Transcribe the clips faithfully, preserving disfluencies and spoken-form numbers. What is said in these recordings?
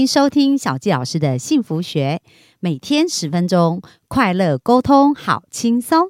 迎收听小纪老师的幸福学，每天十分钟，快乐沟通，好轻松。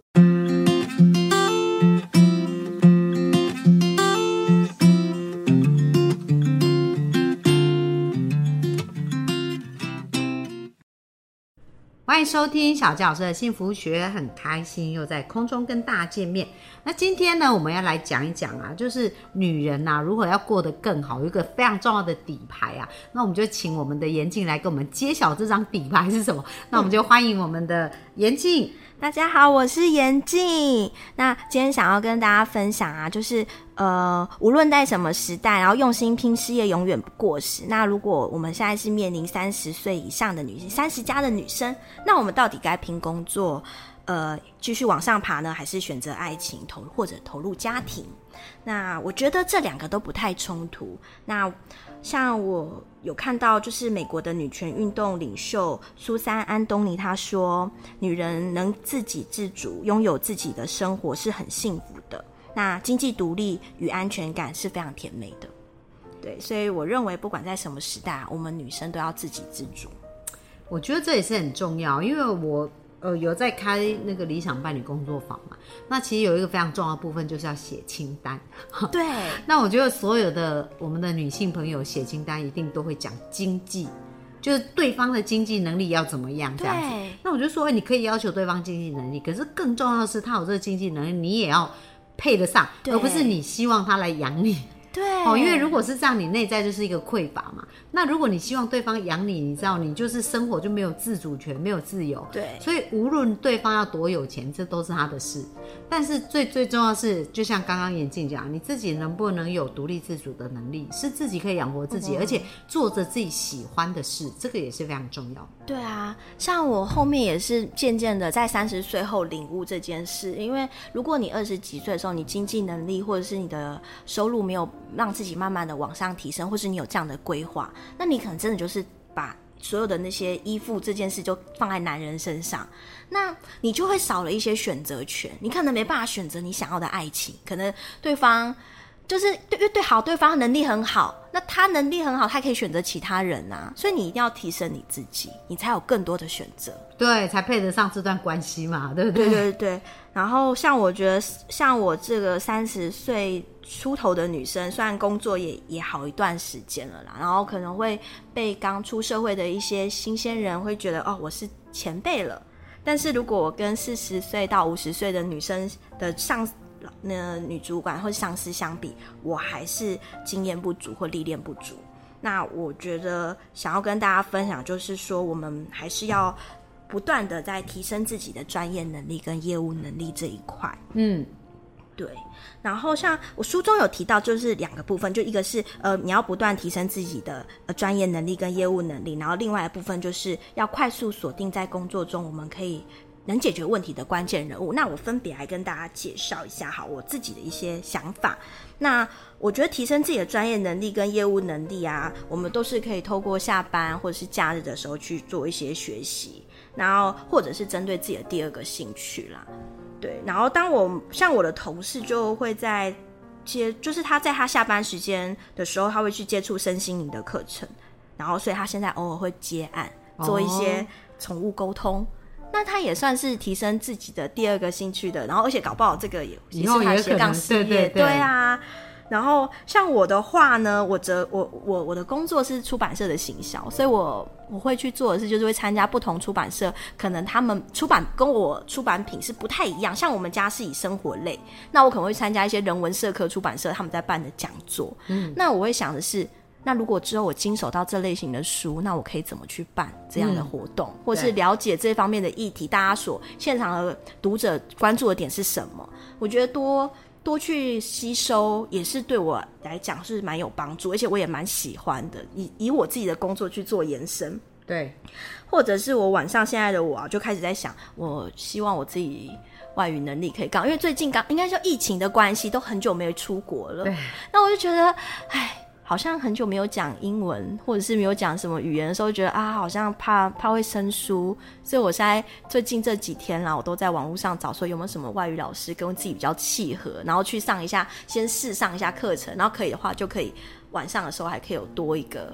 欢迎收听小纪老师的幸福学，很开心又在空中跟大家见面。那今天呢，我们要来讲一讲啊，就是女人啊，如果要过得更好，有一个非常重要的底牌啊，那我们就请我们的妍静来跟我们揭晓这张底牌是什么。那我们就欢迎我们的妍静。 大家好，我是妍静。那今天想要跟大家分享啊，就是呃，无论在什么时代，然后用心拼事业永远不过时。那如果我们现在是面临三十岁以上的女性，三十加的女生，那我们到底该拼工作，呃，继续往上爬呢，还是选择爱情投或者投入家庭？那我觉得这两个都不太冲突。那像我有看到，就是美国的女权运动领袖苏珊·安东尼，她说，女人能自给自足，拥有自己的生活是很幸福的。那经济独立与安全感是非常甜美的。对，所以我认为不管在什么时代，我们女生都要自给自足。 我觉得这也是很重要，因为我呃有在开那个理想伴侣工作坊嘛，那其实有一个非常重要的部分就是要写清单。 对， 那我觉得所有的我们的女性朋友写清单一定都会讲经济，就是对方的经济能力要怎么样这样子。那我就说，欸，你可以要求对方经济能力，可是更重要的是他有这个经济能力，你也要配得上，而不是你希望他来养你。 对， 哦，因为如果是这样，你内在就是一个匮乏嘛。那如果你希望对方养你，你知道，你就是生活就没有自主权，没有自由。 对， 所以无论对方要多有钱，这都是他的事。但是最最重要的是，就像刚刚妍静讲，你自己能不能有独立自主的能力，是自己可以养活自己，嗯，而且做着自己喜欢的事，这个也是非常重要的。 对啊，像我后面也是渐渐的在三十岁后领悟这件事，因为如果你二十几岁的时候，你经济能力或者是你的收入没有让自己慢慢的往上提升，或是你有这样的规划，那你可能真的就是把所有的那些依附这件事就放在男人身上，那你就会少了一些选择权，你可能没办法选择你想要的爱情，可能对方就是对对好，对方能力很好，那他能力很好，他可以选择其他人啊，所以你一定要提升你自己，你才有更多的选择， 对，才配得上这段关系嘛，对不对？ 对对对。然后像我觉得，像我这个三十岁出头的女生，虽然工作也也好一段时间了啦，然后可能会被刚出社会的一些新鲜人会觉得，哦，我是前辈了。但是如果我跟四十岁到五十岁的女生的上那女主管或上司相比，我还是经验不足或历练不足。那我觉得想要跟大家分享，就是说我们还是要不断的在提升自己的专业能力跟业务能力这一块。嗯，对。然后像我书中有提到，就是两个部分，就一个是呃你要不断提升自己的呃专业能力跟业务能力，然后另外一部分就是要快速锁定在工作中我们可以能解决问题的关键人物。那我分别来跟大家介绍一下好我自己的一些想法。那我觉得提升自己的专业能力跟业务能力啊，我们都是可以透过下班或者是假日的时候去做一些学习，然后或者是针对自己的第二个兴趣啦。对，然后当我像我的同事就会在接，就是他在他下班时间的时候，他会去接触身心灵的课程，然后所以他现在偶尔会接案做一些宠物沟通。哦，那他也算是提升自己的第二个兴趣的，然后而且搞不好这个也也是他斜杠事业，对对对，对啊。然后像我的话呢，我则我我我的工作是出版社的行销，所以我我会去做的事就是会参加不同出版社，可能他们出版跟我出版品是不太一样，像我们家是以生活类，那我可能会参加一些人文社科出版社他们在办的讲座。嗯，那我会想的是，那如果之后我经手到这类型的书，那我可以怎么去办这样的活动，嗯，或是了解这方面的议题，大家所现场的读者关注的点是什么？我觉得多多去吸收也是对我来讲是蛮有帮助，而且我也蛮喜欢的，以以我自己的工作去做延伸。 对， 或者是我晚上现在的我啊，就开始在想，我希望我自己外语能力可以更好，因为最近刚应该说疫情的关系，都很久没有出国了。对，那我就觉得，哎。好像很久没有讲英文，或者是没有讲什么语言的时候，觉得啊，好像怕怕会生疏，所以我现在最近这几天啦，我都在网络上找说有没有什么外语老师跟我自己比较契合，然后去上一下，先试上一下课程，然后可以的话就可以晚上的时候还可以有多一个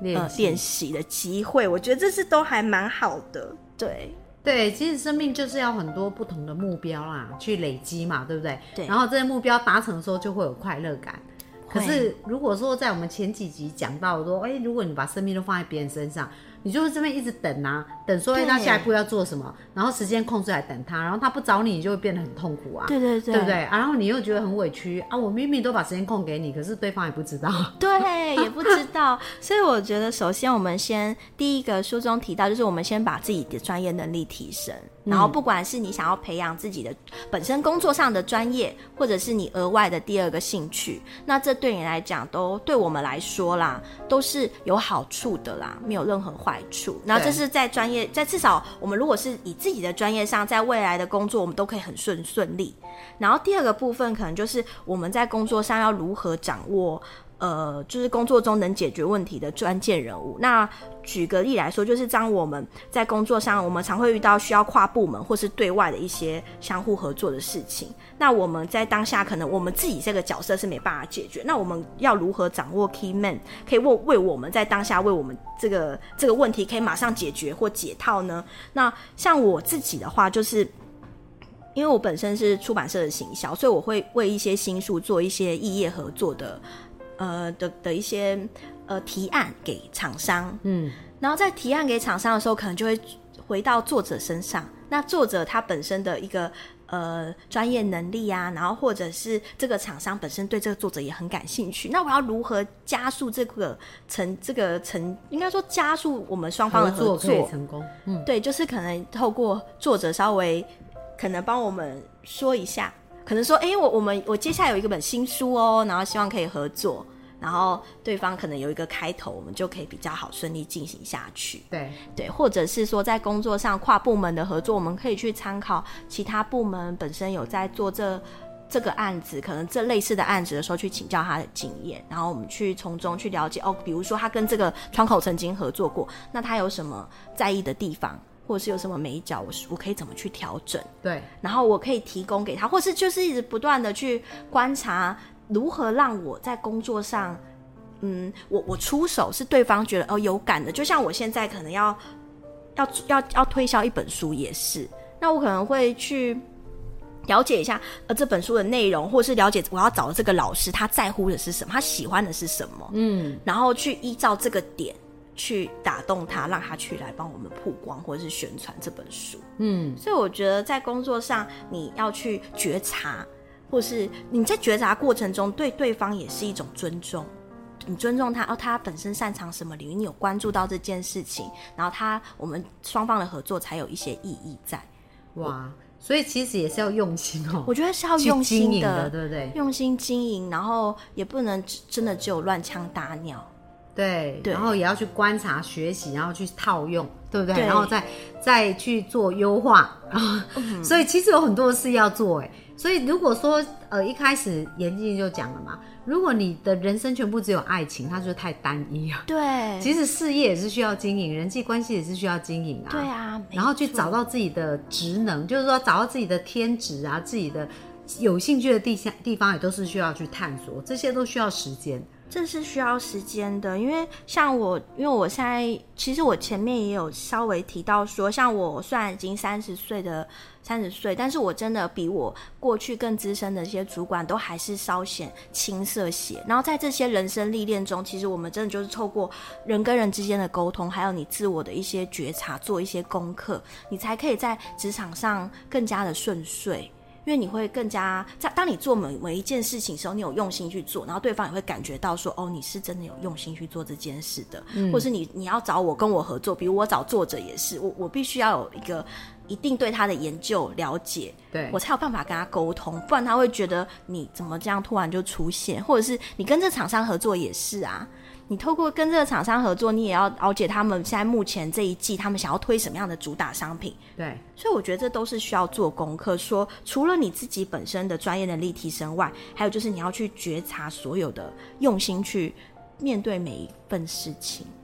呃练习的机会，我觉得这是都还蛮好的。对对，其实生命就是要很多不同的目标啦，去累积嘛，对不对？ 对。 然后这些目标达成的时候，就会有快乐感。可是如果说在我们前几集讲到说，哎，如果你把生命都放在别人身上，你就会这边一直等啊，等说他下一步要做什么，然后时间空出来等他，然后他不找你，你就会变得很痛苦啊。 对对对， 对不对？啊、然后你又觉得很委屈啊，我明明都把时间空给你，可是对方也不知道。 对，也不知道。所以我觉得，首先我们先第一个书中提到，就是我们先把自己的专业能力提升。然后不管是你想要培养自己的本身工作上的专业，或者是你额外的第二个兴趣，那这对你来讲都对我们来说啦都是有好处的啦，没有任何坏处。然后这是在专业在至少我们如果是以自己的专业上，在未来的工作我们都可以很顺顺利。然后第二个部分可能就是我们在工作上要如何掌握呃，就是工作中能解决问题的关键人物。那举个例来说，就是当我们在工作上，我们常会遇到需要跨部门或是对外的一些相互合作的事情。那我们在当下可能我们自己这个角色是没办法解决，那我们要如何掌握 key man， 可以为为我们在当下为我们这个这个问题可以马上解决或解套呢？那像我自己的话，就是因为我本身是出版社的行销，所以我会为一些新书做一些异业合作的。呃的的一些呃提案给厂商，嗯，然后在提案给厂商的时候，可能就会回到作者身上。那作者他本身的一个呃专业能力啊，然后或者是这个厂商本身对这个作者也很感兴趣。那我要如何加速这个成这个成，应该说加速我们双方的合作， 合作可以成功？嗯， 对，就是可能透过作者稍微可能帮我们说一下。可能说，哎、欸，我我们我接下来有一个本新书哦，然后希望可以合作，然后对方可能有一个开头，我们就可以比较好顺利进行下去。 对对，或者是说在工作上跨部门的合作，我们可以去参考其他部门本身有在做这这个案子，可能这类似的案子的时候，去请教他的经验，然后我们去从中去了解哦，比如说他跟这个窗口曾经合作过，那他有什么在意的地方？或者是有什么眉角，我我可以怎么去调整？ 对， 然后我可以提供给他，或是就是一直不断的去观察，如何让我在工作上，嗯，我我出手是对方觉得哦有感的。就像我现在可能要要要要推销一本书也是，那我可能会去了解一下呃这本书的内容，或是了解我要找的这个老师他在乎的是什么，他喜欢的是什么，嗯，然后去依照这个点。去打动他，让他去来帮我们曝光或者是宣传这本书。嗯，所以我觉得在工作上你要去觉察，或是你在觉察过程中对对方也是一种尊重。你尊重他，哦，他本身擅长什么领域，你有关注到这件事情，然后他我们双方的合作才有一些意义在。 哇，所以其实也是要用心哦。 我觉得是要用心的, 的，对不对？ 用心经营，然后也不能真的只有乱枪打鸟。 对，然后也要去观察、学习，然后去套用，对不对？ 对， 然后再再去做优化，嗯、所以其实有很多事要做哎。所以如果说呃一开始严静就讲了嘛，如果你的人生全部只有爱情，它就太单一啊。 对， 其实事业也是需要经营，人际关系也是需要经营啊。 对啊， 然后去找到自己的职能，就是说找到自己的天职啊，自己的有兴趣的地方地方也都是需要去探索，这些都需要时间。 这是需要时间的，因为像我，因为我现在其实我前面也有稍微提到说，像我虽然已经三十岁的三十岁，但是我真的比我过去更资深的一些主管都还是稍显青涩些。然后在这些人生历练中，其实我们真的就是透过人跟人之间的沟通，还有你自我的一些觉察，做一些功课，你才可以在职场上更加的顺遂。因为你会更加在当你做每每一件事情的时候，你有用心去做，然后对方也会感觉到说，哦，你是真的有用心去做这件事的，嗯、或是你你要找我跟我合作，比如我找作者也是，我我必须要有一个一定对他的研究了解， 对我才有办法跟他沟通，不然他会觉得你怎么这样突然就出现，或者是你跟这厂商合作也是啊。你透过跟这个厂商合作，你也要了解他们现在目前这一季他们想要推什么样的主打商品。 对， 所以我觉得这都是需要做功课，说除了你自己本身的专业能力提升外，还有就是你要去觉察所有的用心去面对每一份事情。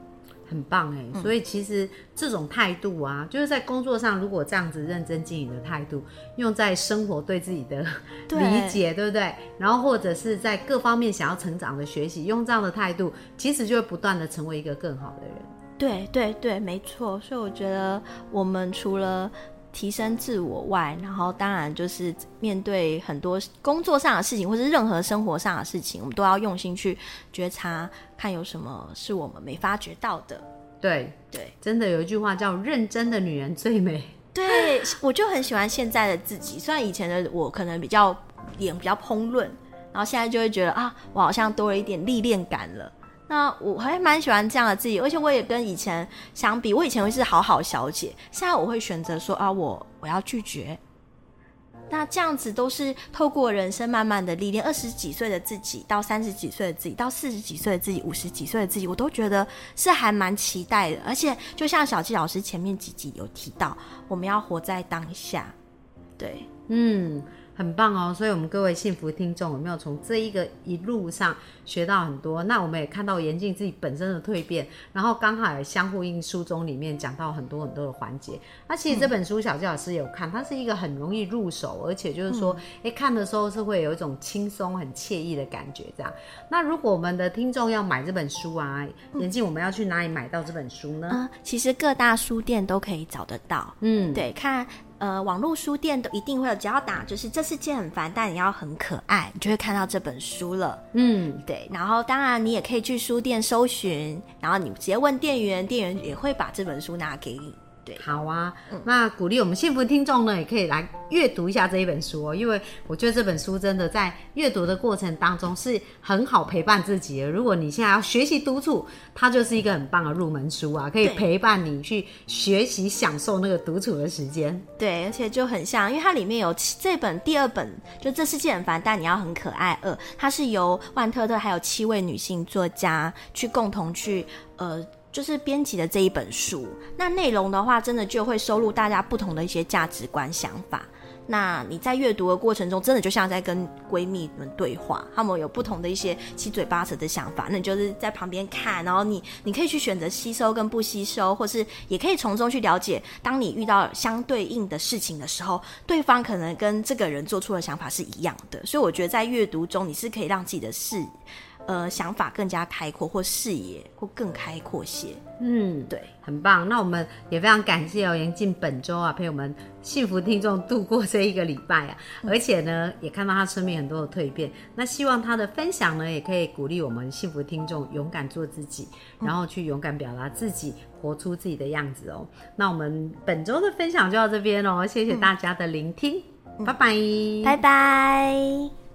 很棒哎、嗯，所以其实这种态度啊，就是在工作上如果这样子认真经营的态度，用在生活对自己的理解， 对, 对不对？然后或者是在各方面想要成长的学习，用这样的态度，其实就会不断的成为一个更好的人。 对对对，没错。所以我觉得我们除了提升自我外，然后当然就是面对很多工作上的事情或是任何生活上的事情，我们都要用心去觉察，看有什么是我们没发觉到的。 对对，真的有一句话叫认真的女人最美。 对，我就很喜欢现在的自己，虽然以前的我可能比较脸比较烹饪，然后现在就会觉得啊，我好像多了一点历练感了。那我还蛮喜欢这样的自己，而且我也跟以前相比，我以前会是好好小姐，现在我会选择说啊，我我要拒绝。那这样子都是透过人生慢慢的历练，二十几岁的自己到三十几岁的自己到四十几岁的自己五十几岁的自己，我都觉得是还蛮期待的。而且就像小纪老师前面几集有提到，我们要活在当下。对， 嗯，很棒哦。所以我们各位幸福听众有没有从这一个一路上学到很多？那我们也看到妍静自己本身的蜕变，然后刚好也相互应书中里面讲到很多很多的环节。那其实这本书小纪老师有看，它是一个很容易入手，而且就是说哎、嗯，看的时候是会有一种轻松很惬意的感觉这样。那如果我们的听众要买这本书啊，妍静我们要去哪里买到这本书呢？ 嗯，其实各大书店都可以找得到。嗯，对，看呃，网络书店都一定会有，只要打就是这世界很烦，但你要很可爱，你就会看到这本书了。嗯，对。然后当然你也可以去书店搜寻，然后你直接问店员，店员也会把这本书拿给你。对， 好啊、嗯、那鼓励我们幸福听众呢也可以来阅读一下这一本书哦，因为我觉得这本书真的在阅读的过程当中是很好陪伴自己的。如果你现在要学习独处，它就是一个很棒的入门书啊，可以陪伴你去学习享受那个独处的时间。 对，而且就很像，因为它里面有这本第二本就这世界很烦但你要很可爱二，它是由万特特还有七位女性作家去共同去呃就是编辑的这一本书。那内容的话真的就会收录大家不同的一些价值观想法，那你在阅读的过程中真的就像在跟闺蜜们对话，她们有不同的一些七嘴八舌的想法，那你就是在旁边看，然后你你可以去选择吸收跟不吸收，或是也可以从中去了解，当你遇到相对应的事情的时候，对方可能跟这个人做出的想法是一样的。所以我觉得在阅读中你是可以让自己的视呃，想法更加开阔，或视野或更开阔些。嗯，对， 很棒。那我们也非常感谢哦，妍静本周啊陪我们幸福听众度过这一个礼拜啊、嗯，而且呢也看到他生命很多的蜕变。那希望他的分享呢也可以鼓励我们幸福听众勇敢做自己，然后去勇敢表达自己，活出自己的样子哦。那我们本周的分享就到这边哦，谢谢大家的聆听，嗯、拜拜， 拜拜。